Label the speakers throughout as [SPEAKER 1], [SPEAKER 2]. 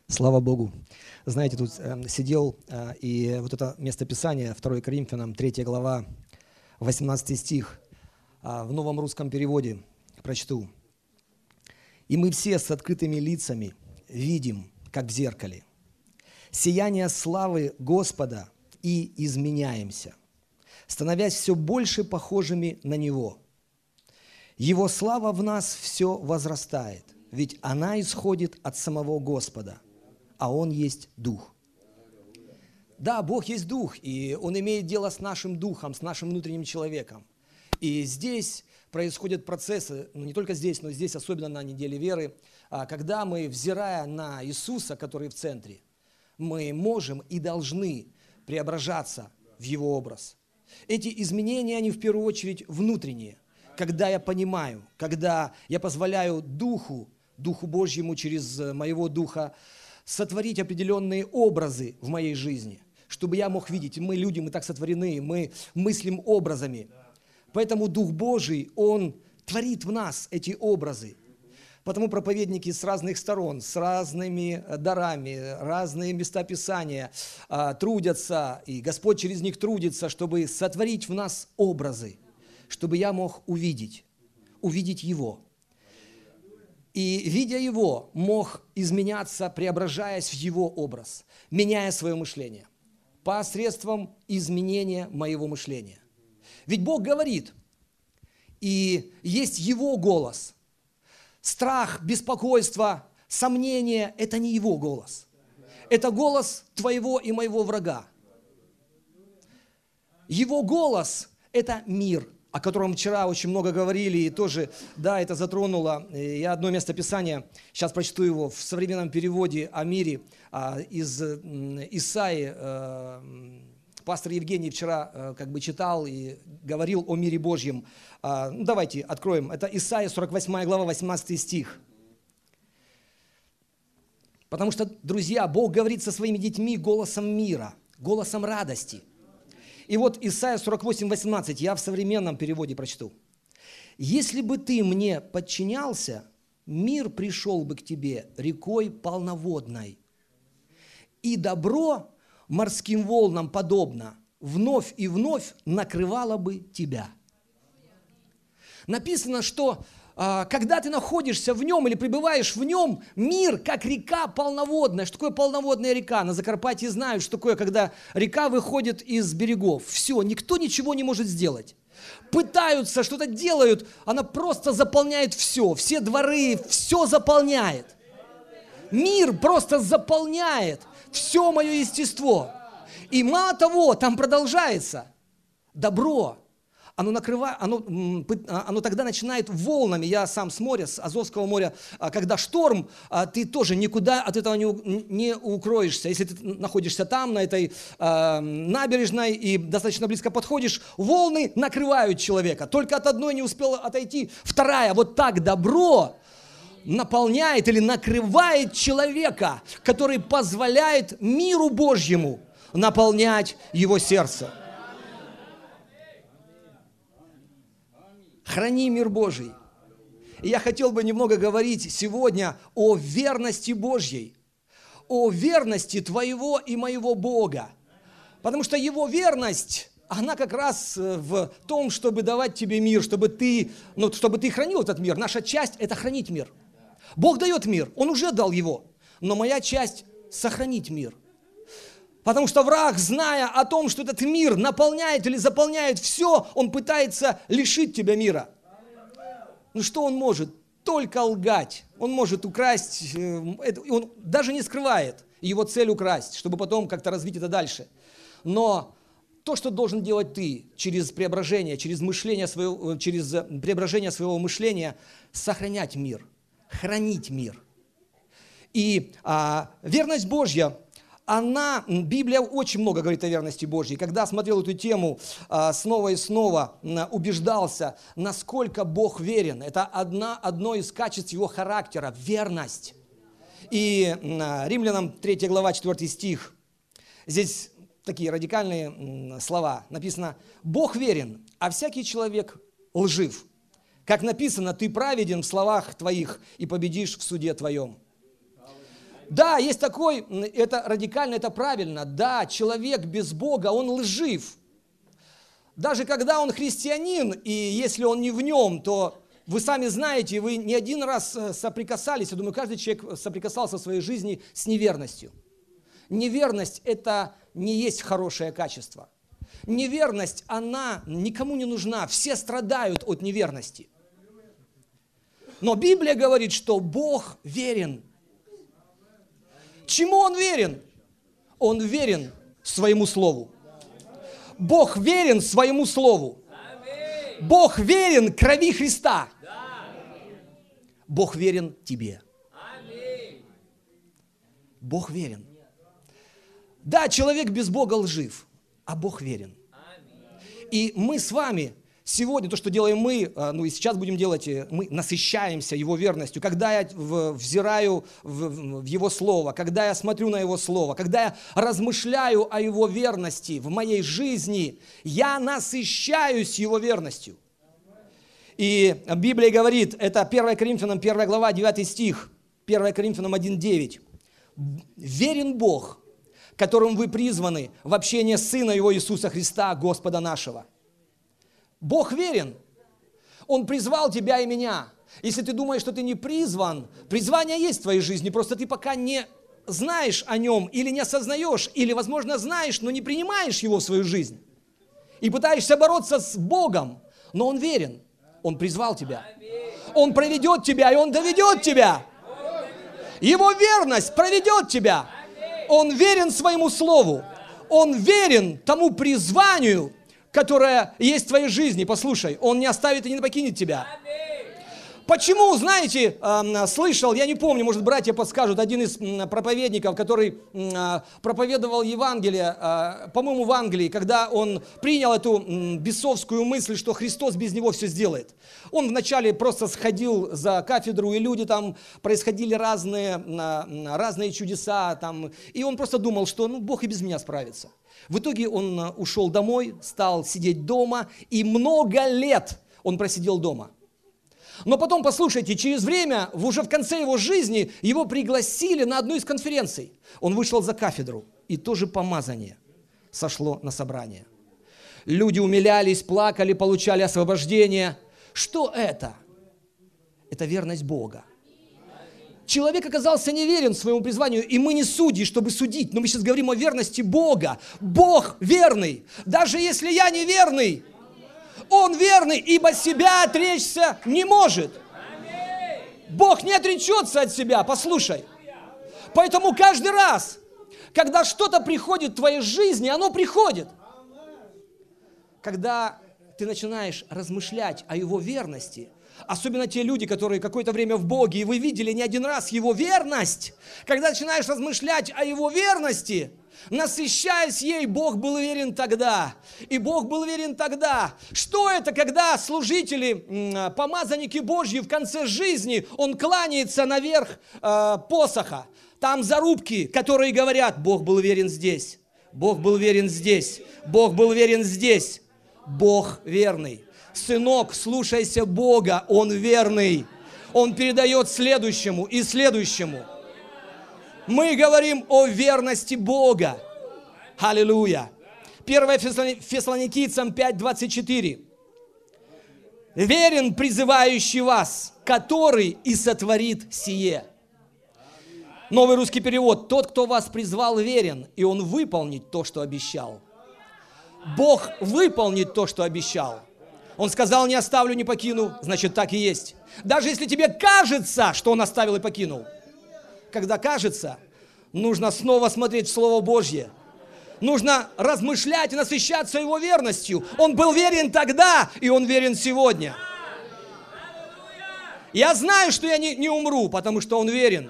[SPEAKER 1] Слава Богу. Знаете, тут сидел, и вот это местописание, 2 Коринфянам, 3 глава, 18 стих, в новом русском переводе прочту. «И мы все с открытыми лицами видим, как в зеркале, сияние славы Господа, и изменяемся, становясь все больше похожими на Него. Его слава в нас все возрастает, ведь она исходит от самого Господа, а Он есть Дух». Да, Бог есть Дух, и Он имеет дело с нашим духом, с нашим внутренним человеком. И здесь происходят процессы, не только здесь, но здесь, особенно на неделе веры, когда мы, взирая на Иисуса, который в центре, мы можем и должны преображаться в Его образ. Эти изменения, они в первую очередь внутренние. Когда я понимаю, когда я позволяю Духу Божьему через моего Духа сотворить определенные образы в моей жизни, чтобы я мог видеть. Мы люди, мы так сотворены, мы мыслим образами. Поэтому Дух Божий, Он творит в нас эти образы. Потому проповедники с разных сторон, с разными дарами, разные места Писания трудятся, и Господь через них трудится, чтобы сотворить в нас образы, чтобы я мог увидеть Его. И, видя Его, мог изменяться, преображаясь в Его образ, меняя свое мышление, посредством изменения моего мышления. Ведь Бог говорит, и есть Его голос. Страх, беспокойство, сомнение – это не Его голос. Это голос твоего и моего врага. Его голос – это мир, о котором вчера очень много говорили, и тоже, да, это затронуло. Я одно место Писания, сейчас прочту его в современном переводе о мире из Исаии. Пастор Евгений вчера читал и говорил о мире Божьем. Давайте откроем. Это Исаия, 48 глава, 18 стих. Потому что, друзья, Бог говорит со своими детьми голосом мира, голосом радости. И вот Исаия 48, 18, я в современном переводе прочту. «Если бы ты мне подчинялся, мир пришел бы к тебе рекой полноводной, и добро морским волнам подобно вновь и вновь накрывало бы тебя». Написано, что когда ты находишься в нем или пребываешь в нем, мир, как река полноводная. Что такое полноводная река? На Закарпатье знают, что такое, когда река выходит из берегов. Все, никто ничего не может сделать. Пытаются, что-то делают, она просто заполняет все дворы, все заполняет. Мир просто заполняет все мое естество. И мало того, там продолжается добро. Оно накрывает, оно тогда начинает волнами. Я сам с моря, с Азовского моря, когда шторм, ты тоже никуда от этого не укроешься. Если ты находишься там, на этой набережной, и достаточно близко подходишь, волны накрывают человека. Только от одной не успела отойти, вторая. Вот так добро наполняет или накрывает человека, который позволяет миру Божьему наполнять его сердце. Храни мир Божий. И я хотел бы немного говорить сегодня о верности Божьей, о верности твоего и моего Бога. Потому что Его верность, она как раз в том, чтобы давать тебе мир, чтобы ты хранил этот мир. Наша часть – это хранить мир. Бог дает мир, Он уже дал его, но моя часть – сохранить мир. Потому что враг, зная о том, что этот мир наполняет или заполняет все, он пытается лишить тебя мира. Ну что он может? Только лгать. Он может украсть, он даже не скрывает его цель украсть, чтобы потом как-то развить это дальше. Но то, что должен делать ты через преображение, через преображение своего мышления, сохранять мир, хранить мир. И верность Божья, Библия очень много говорит о верности Божьей. Когда смотрел эту тему, снова и снова убеждался, насколько Бог верен. Это одно из качеств Его характера – верность. И Римлянам 3 глава, 4 стих. Здесь такие радикальные слова. Написано: «Бог верен, а всякий человек лжив. Как написано, ты праведен в словах твоих и победишь в суде твоем». Да, есть такой, это радикально, это правильно. Да, человек без Бога, он лжив. Даже когда он христианин, и если он не в нем, то вы сами знаете, вы не один раз соприкасались, я думаю, каждый человек соприкасался в своей жизни с неверностью. Неверность – это не есть хорошее качество. Неверность, она никому не нужна, все страдают от неверности. Но Библия говорит, что Бог верен. Чему Он верен? Он верен своему Слову. Бог верен своему Слову. Бог верен крови Христа. Бог верен тебе. Бог верен. Да, человек без Бога лжив, а Бог верен. И мы с вами сегодня, то, что делаем мы, ну и сейчас будем делать, мы насыщаемся Его верностью. Когда я взираю в Его Слово, когда я смотрю на Его Слово, когда я размышляю о Его верности в моей жизни, я насыщаюсь Его верностью. И Библия говорит, это 1 Коринфянам 1 глава, 9 стих, 1 Коринфянам 1:9. «Верен Бог, которым вы призваны в общение Сына Его Иисуса Христа, Господа нашего». Бог верен. Он призвал тебя и меня. Если ты думаешь, что ты не призван, призвание есть в твоей жизни, просто ты пока не знаешь о нем или не осознаешь, или, возможно, знаешь, но не принимаешь его в свою жизнь. И пытаешься бороться с Богом, но Он верен. Он призвал тебя. Он проведет тебя, и Он доведет тебя. Его верность проведет тебя. Он верен своему слову. Он верен тому призванию, которое есть в твоей жизни. Послушай, Он не оставит и не покинет тебя. Почему, знаете, слышал, я не помню, может, братья подскажут, один из проповедников, который проповедовал Евангелие, по-моему, в Англии, когда он принял эту бесовскую мысль, что Христос без него все сделает. Он вначале просто сходил за кафедру, и люди там, происходили разные чудеса, там, и он просто думал, что Бог и без меня справится. В итоге он ушел домой, стал сидеть дома, и много лет он просидел дома. Но потом, послушайте, через время, уже в конце его жизни, его пригласили на одну из конференций. Он вышел за кафедру, и тоже помазание сошло на собрание. Люди умилялись, плакали, получали освобождение. Что это? Это верность Бога. Человек оказался неверен своему призванию, и мы не судьи, чтобы судить, но мы сейчас говорим о верности Бога. Бог верный. Даже если я неверный, Он верный, ибо себя отречься не может. Бог не отречется от себя, послушай. Поэтому каждый раз, когда что-то приходит в твоей жизни, оно приходит. Когда ты начинаешь размышлять о Его верности, особенно те люди, которые какое-то время в Боге, и вы видели не один раз Его верность, когда начинаешь размышлять о Его верности, насыщаясь ей, Бог был верен тогда. И Бог был верен тогда. Что это, когда служители, помазанники Божьи в конце жизни, он кланяется наверх посоха. Там зарубки, которые говорят, Бог был верен здесь, Бог был верен здесь, Бог был верен здесь. Бог верный. Сынок, слушайся Бога, Он верный. Он передает следующему и следующему. Мы говорим о верности Бога. Аллилуйя. 1 Фессалоникийцам 5:24. Верен призывающий вас, который и сотворит сие. Новый русский перевод. Тот, кто вас призвал, верен, и Он выполнит то, что обещал. Бог выполнит то, что обещал. Он сказал, не оставлю, не покину, значит, так и есть. Даже если тебе кажется, что Он оставил и покинул. Когда кажется, нужно снова смотреть в Слово Божье. Нужно размышлять и насыщаться Его верностью. Он был верен тогда, и Он верен сегодня. Я знаю, что я не умру, потому что Он верен.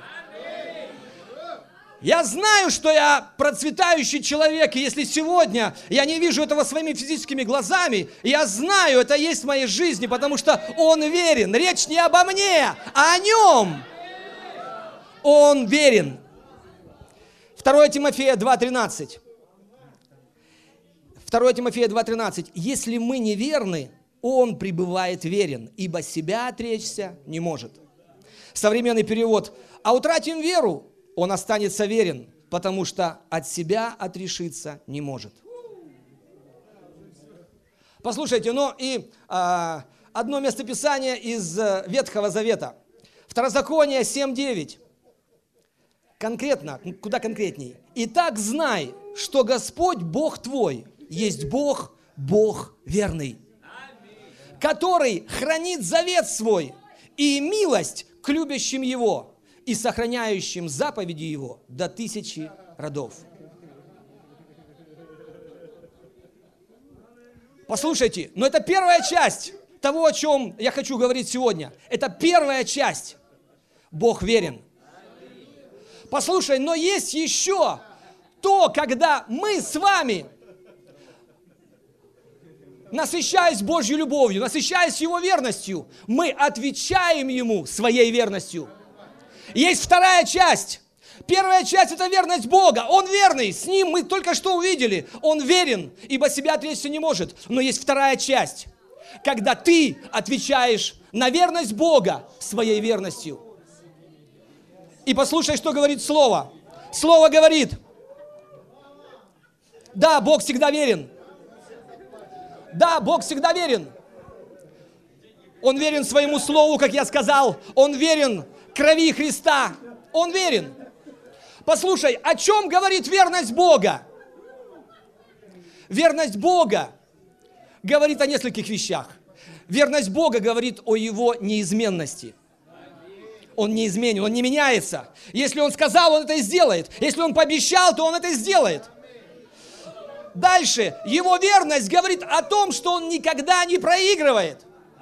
[SPEAKER 1] Я знаю, что я процветающий человек, и если сегодня я не вижу этого своими физическими глазами, я знаю, это есть в моей жизни, потому что Он верен. Речь не обо мне, а о Нем. Он верен. 2 Тимофея 2:13. 2 Тимофея 2:13. Если мы неверны, Он пребывает верен, ибо себя отречься не может. Современный перевод. А утратим веру, он останется верен, потому что от себя отрешиться не может. Послушайте, одно местописание из Ветхого Завета. Второзаконие 7:9. Конкретно, куда конкретней. «Итак знай, что Господь Бог твой есть Бог, Бог верный, который хранит завет свой и милость к любящим Его и сохраняющим заповеди Его до 1000 родов». Послушайте, но это первая часть того, о чем я хочу говорить сегодня. Это первая часть. Бог верен. Послушай, но есть еще то, когда мы с вами, насыщаясь Божьей любовью, насыщаясь Его верностью, мы отвечаем Ему своей верностью. Есть вторая часть. Первая часть – это верность Бога. Он верный, с Ним мы только что увидели. Он верен, ибо себя отречься не может. Но есть вторая часть, когда ты отвечаешь на верность Бога своей верностью. И послушай, что говорит Слово. Слово говорит: да, Бог всегда верен. Да, Бог всегда верен. Он верен своему Слову, как я сказал. Он верен крови Христа. Он верен. Послушай, о чем говорит верность Бога? Верность Бога говорит о нескольких вещах. Верность Бога говорит о Его неизменности. Он неизменен, Он не меняется. Если Он сказал, Он это и сделает. Если Он пообещал, то Он это и сделает. Дальше, Его верность говорит о том, что Он никогда не проигрывает.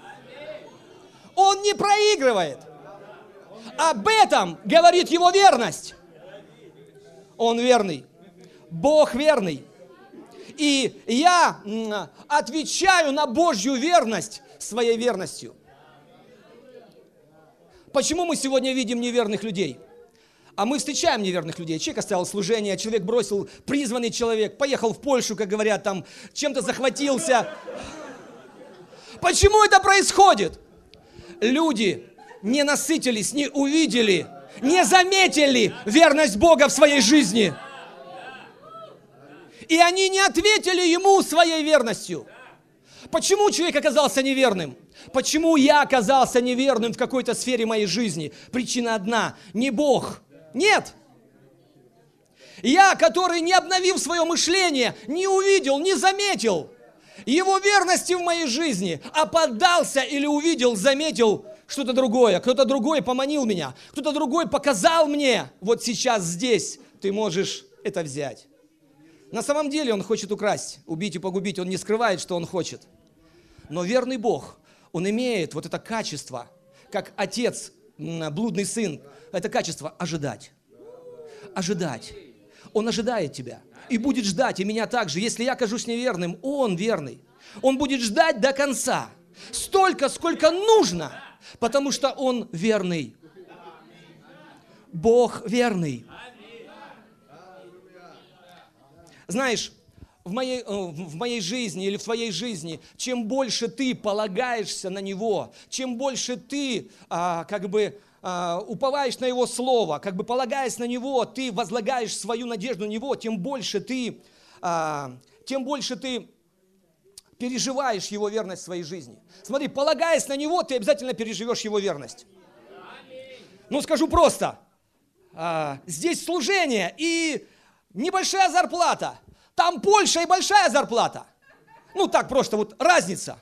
[SPEAKER 1] Он не проигрывает. Об этом говорит Его верность. Он верный. Бог верный. И я отвечаю на Божью верность своей верностью. Почему мы сегодня видим неверных людей? А мы встречаем неверных людей. Человек оставил служение, человек бросил, призванный человек, поехал в Польшу, как говорят, там чем-то захватился. Почему это происходит? Люди не насытились, не увидели, не заметили верность Бога в своей жизни. И они не ответили Ему своей верностью. Почему человек оказался неверным? Почему я оказался неверным в какой-то сфере моей жизни? Причина одна. Не Бог. Нет. Я, который не обновил свое мышление, не увидел, не заметил Его верности в моей жизни, а поддался или увидел, заметил что-то другое. Кто-то другой поманил меня. Кто-то другой показал мне. Вот сейчас здесь ты можешь это взять. На самом деле он хочет украсть, убить и погубить. Он не скрывает, что он хочет. Но верный Бог, Он имеет вот это качество, как отец, блудный сын, это качество ожидать. Ожидать. Он ожидает тебя и будет ждать, и меня также. Если я окажусь неверным, Он верный. Он будет ждать до конца. Столько, сколько нужно, потому что Он верный. Бог верный. Знаешь, в моей жизни или в твоей жизни, чем больше ты полагаешься на Него, чем больше ты уповаешь на Его Слово, полагаясь на Него, ты возлагаешь свою надежду на Него, тем больше ты переживаешь Его верность в своей жизни. Смотри, полагаясь на Него, ты обязательно переживешь Его верность. Ну, скажу просто, здесь служение и небольшая зарплата. Там Польша и большая зарплата. Ну, так просто, вот разница.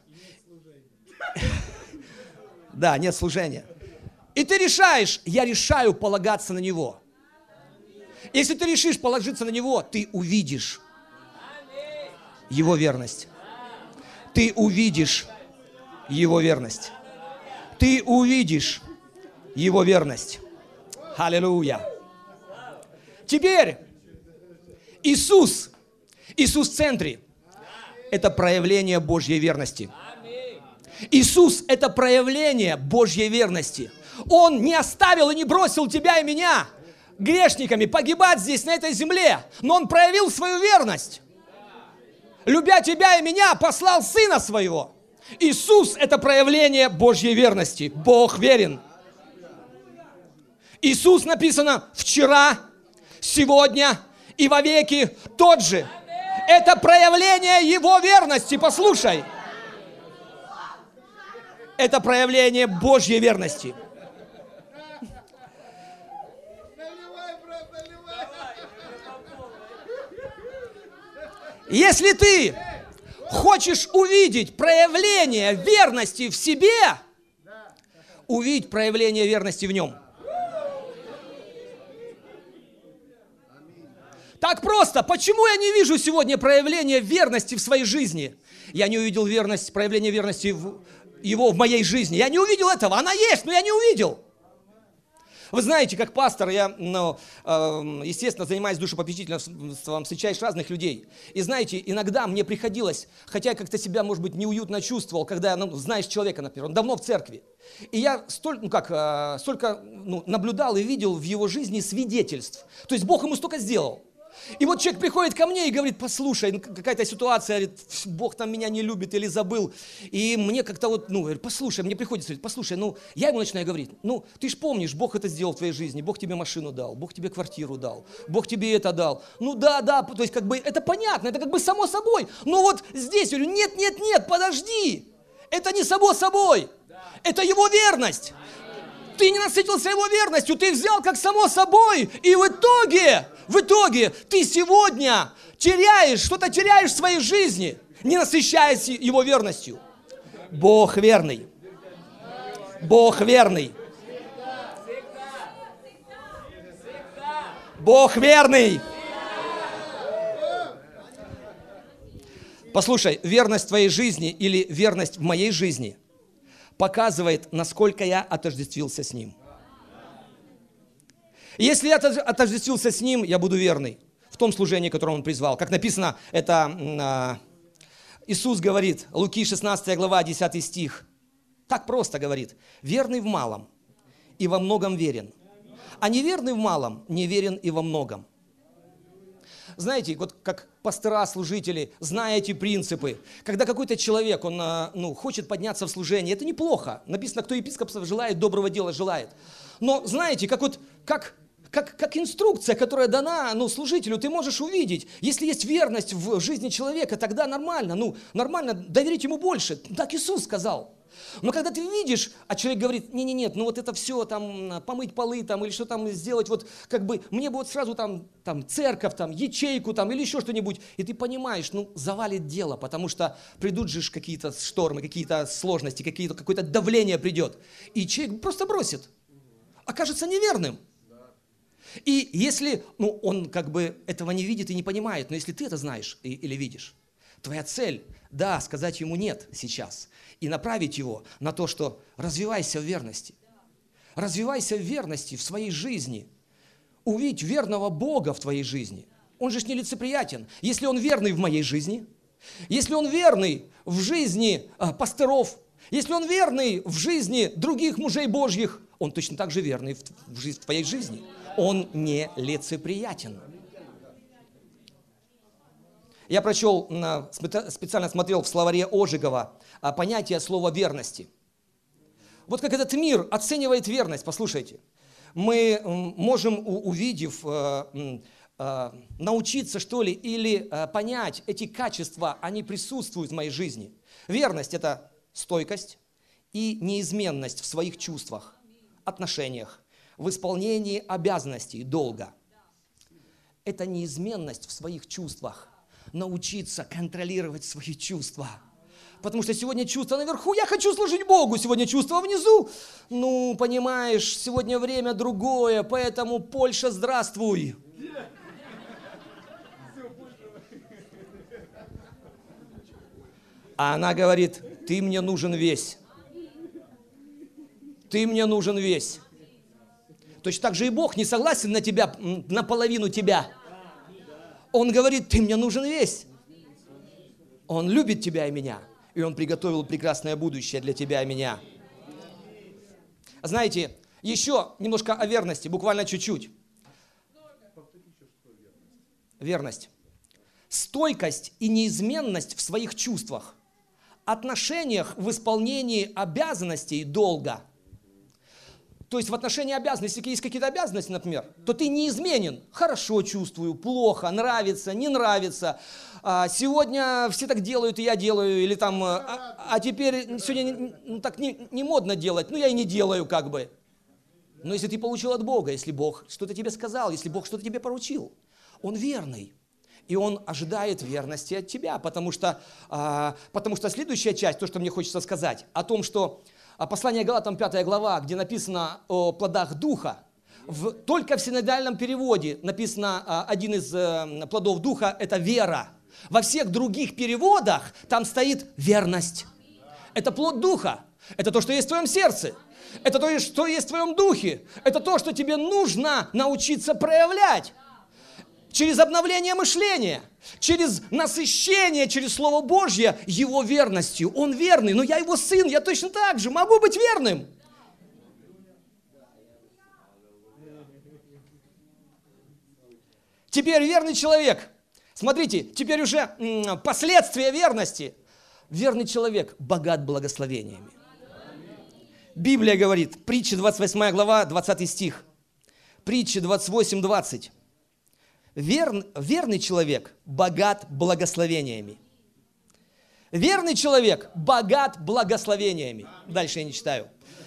[SPEAKER 1] Да, нет служения. И ты решаешь, я решаю полагаться на Него. Если ты решишь положиться на Него, ты увидишь Его верность. Ты увидишь Его верность. Ты увидишь Его верность. Аллилуйя. Теперь Иисус в центре. Это проявление Божьей верности. Иисус – это проявление Божьей верности. Он не оставил и не бросил тебя и меня грешниками погибать здесь, на этой земле. Но Он проявил свою верность. Любя тебя и меня, послал Сына Своего. Иисус – это проявление Божьей верности. Бог верен. Иисус написано вчера, сегодня и вовеки тот же. Это проявление Его верности, послушай. Это проявление Божьей верности. Если ты хочешь увидеть проявление верности в себе, увидь проявление верности в Нем. Так просто. Почему я не вижу сегодня проявления верности в своей жизни? Я не увидел проявление верности Его в моей жизни. Я не увидел этого. Она есть, но я не увидел. Вы знаете, как пастор, я, естественно, занимаюсь душепопечительством, встречаешь разных людей. И знаете, иногда мне приходилось, хотя я как-то себя, может быть, неуютно чувствовал, когда, знаешь человека, например, он давно в церкви. И я столько наблюдал и видел в его жизни свидетельств. То есть Бог ему столько сделал. И вот человек приходит ко мне и говорит: послушай, какая-то ситуация, говорит, Бог там меня не любит или забыл. И мне как-то послушай, мне приходится говорить: послушай, я ему начинаю говорить: ты ж помнишь, Бог это сделал в твоей жизни, Бог тебе машину дал, Бог тебе квартиру дал, Бог тебе это дал. Да, то есть это понятно, это само собой. Но вот здесь я говорю: нет, подожди, это не само собой, это Его верность. Ты не насытился Его верностью, ты взял как само собой, и в итоге ты сегодня что-то теряешь в своей жизни, не насыщаясь Его верностью. Бог верный. Бог верный. Бог верный. Послушай, верность в твоей жизни или верность в моей жизни показывает, насколько я отождествился с Ним. Если я отождествился с Ним, я буду верный в том служении, которое Он призвал. Как написано, это Иисус говорит, Луки 16 глава, 10 стих. Так просто говорит: верный в малом и во многом верен, а неверный в малом не верен и во многом. Знаете, вот как пастыра, служители, зная эти принципы, когда какой-то человек, он хочет подняться в служение, это неплохо. Написано, кто епископов желает, доброго дела желает. Но знаете, как инструкция, которая дана служителю, ты можешь увидеть, если есть верность в жизни человека, тогда нормально, доверить ему больше. Так Иисус сказал. Но когда ты видишь, а человек говорит: нет, это все, помыть полы, или что там сделать, мне бы сразу церковь, ячейку, или еще что-нибудь, и ты понимаешь, завалит дело, потому что придут же какие-то штормы, какие-то сложности, какое-то давление придет, и человек просто бросит, окажется неверным. И если, он этого не видит и не понимает, но если ты это знаешь или видишь, твоя цель, сказать ему нет сейчас и направить его на то, что развивайся в верности. Развивайся в верности в своей жизни. Увидь верного Бога в твоей жизни. Он же не лицеприятен. Если Он верный в моей жизни, если Он верный в жизни пастыров, если Он верный в жизни других мужей Божьих, Он точно так же верный в твоей жизни. Он не лицеприятен. Я прочел, специально смотрел в словаре Ожегова понятие слова верности. Вот как этот мир оценивает верность, послушайте. Мы можем, увидев, научиться, что ли, или понять эти качества, они присутствуют в моей жизни. Верность – это стойкость и неизменность в своих чувствах, отношениях, в исполнении обязанностей, долга. Это неизменность в своих чувствах. Научиться контролировать свои чувства. Потому что сегодня чувства наверху, я хочу служить Богу, сегодня чувства внизу. Понимаешь, сегодня время другое, поэтому Польша, здравствуй. А она говорит: ты мне нужен весь. Ты мне нужен весь. Точно так же и Бог не согласен на тебя, на половину тебя. Он говорит: ты мне нужен весь. Он любит тебя и меня. И Он приготовил прекрасное будущее для тебя и меня. Знаете, еще немножко о верности, буквально чуть-чуть. Верность. Стойкость и неизменность в своих чувствах, отношениях в исполнении обязанностей долга. То есть в отношении обязанностей, если есть какие-то обязанности, например, то ты неизменен. Хорошо чувствую, плохо, нравится, не нравится. Сегодня все так делают, и я делаю. Или там, а теперь сегодня так не модно делать, я и не делаю как бы. Но если ты получил от Бога, если Бог что-то тебе сказал, если Бог что-то тебе поручил, Он верный. И Он ожидает верности от тебя, потому что следующая часть, то, что мне хочется сказать, о том, что послание Галатам 5 глава, где написано о плодах Духа, только в синодальном переводе написано один из плодов Духа – это вера. Во всех других переводах там стоит верность. Это плод Духа, это то, что есть в твоем сердце, это то, что есть в твоем духе, это то, что тебе нужно научиться проявлять. Через обновление мышления, через насыщение, через Слово Божье, Его верностью. Он верный, но я Его сын, я точно так же могу быть верным. Теперь верный человек. Смотрите, теперь уже последствия верности. Верный человек богат благословениями. Библия говорит, притча 28 глава, 20 стих. Притча 28-20. Верный человек богат благословениями. Верный человек богат благословениями. Дальше я не читаю.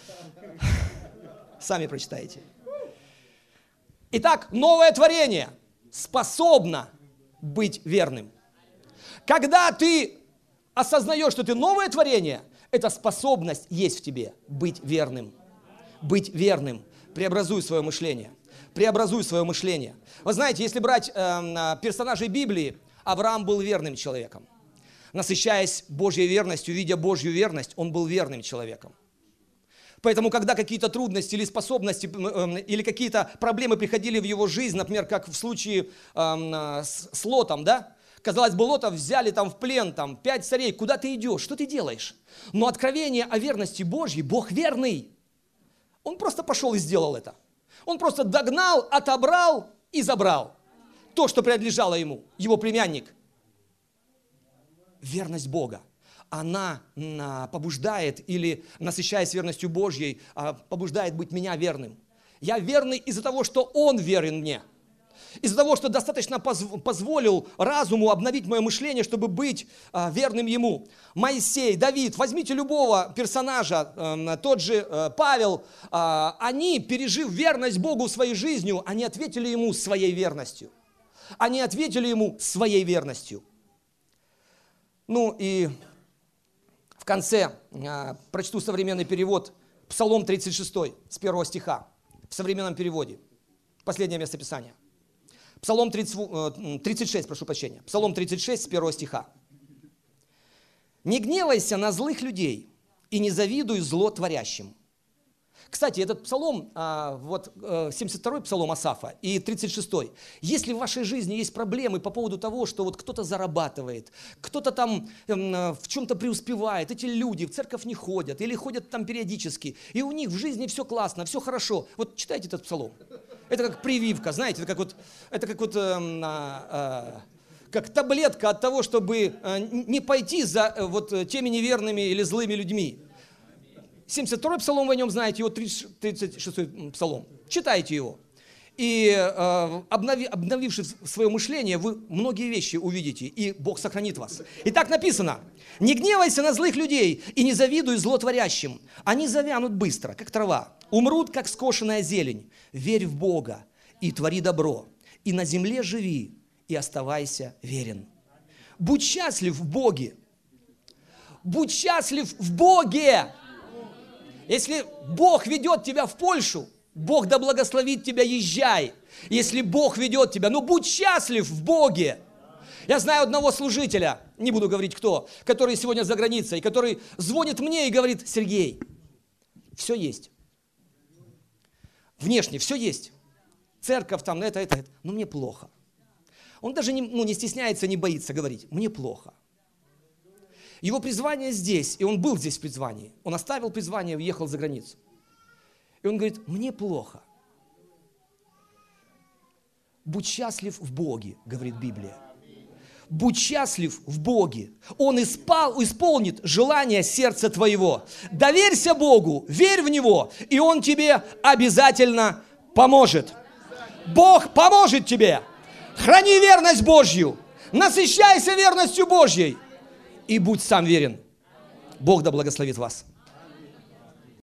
[SPEAKER 1] Сами прочитаете. Итак, новое творение способно быть верным. Когда ты осознаешь, что ты новое творение, эта способность есть в тебе быть верным. Быть верным. Преобразуй свое мышление. Преобразуй свое мышление. Вы знаете, если брать персонажей Библии, Авраам был верным человеком. Насыщаясь Божьей верностью, видя Божью верность, он был верным человеком. Поэтому, когда какие-то трудности или способности, или какие-то проблемы приходили в его жизнь, например, как в случае с Лотом, да? Казалось бы, Лота взяли там в плен, 5 царей, куда ты идешь, что ты делаешь? Но откровение о верности Божьей, Бог верный. Он просто пошел и сделал это. Он просто догнал, отобрал и забрал то, что принадлежало ему, его племянник. Верность Бога, она побуждает, или насыщаясь верностью Божьей, побуждает быть меня верным. Я верный из-за того, что Он верен мне. Из-за того, что достаточно позволил разуму обновить мое мышление, чтобы быть верным Ему. Моисей, Давид, возьмите любого персонажа, тот же Павел, они, пережив верность Богу своей жизнью, они ответили Ему своей верностью. Они ответили Ему своей верностью. Ну и в конце прочту современный перевод, Псалом 36, с 1 стиха, в современном переводе, последнее место Писания. Псалом 36, прошу прощения. Псалом 36, с 1 стиха. «Не гневайся на злых людей и не завидуй зло творящим». Кстати, этот псалом, 72-й псалом Асафа и 36-й. Если в вашей жизни есть проблемы по поводу того, что вот кто-то зарабатывает, кто-то там в чем-то преуспевает, эти люди в церковь не ходят или ходят там периодически, и у них в жизни все классно, все хорошо. Вот читайте этот псалом. Это как прививка, знаете, как таблетка от того, чтобы не пойти за теми неверными или злыми людьми. 72-й псалом вы о нем знаете, его 36-й псалом. Читайте его. И обновивши свое мышление, вы многие вещи увидите, и Бог сохранит вас. И так написано: «Не гневайся на злых людей и не завидуй злотворящим. Они завянут быстро, как трава, умрут, как скошенная зелень. Верь в Бога и твори добро, и на земле живи, и оставайся верен». Будь счастлив в Боге. Будь счастлив в Боге. Если Бог ведет тебя в Польшу, Бог да благословит тебя, езжай. Если Бог ведет тебя, будь счастлив в Боге. Я знаю одного служителя, не буду говорить кто, который сегодня за границей, который звонит мне и говорит: Сергей, все есть. Внешне все есть. Церковь там, это, но мне плохо. Он даже не стесняется, не боится говорить: мне плохо. Его призвание здесь, и он был здесь в призвании. Он оставил призвание и уехал за границу. И он говорит: мне плохо. Будь счастлив в Боге, говорит Библия. будь счастлив в Боге. Он исполнит желание сердца твоего. Доверься Богу, верь в Него, и Он тебе обязательно поможет. Бог поможет тебе. Храни верность Божью. Насыщайся верностью Божьей. И будь сам верен. Бог да благословит вас.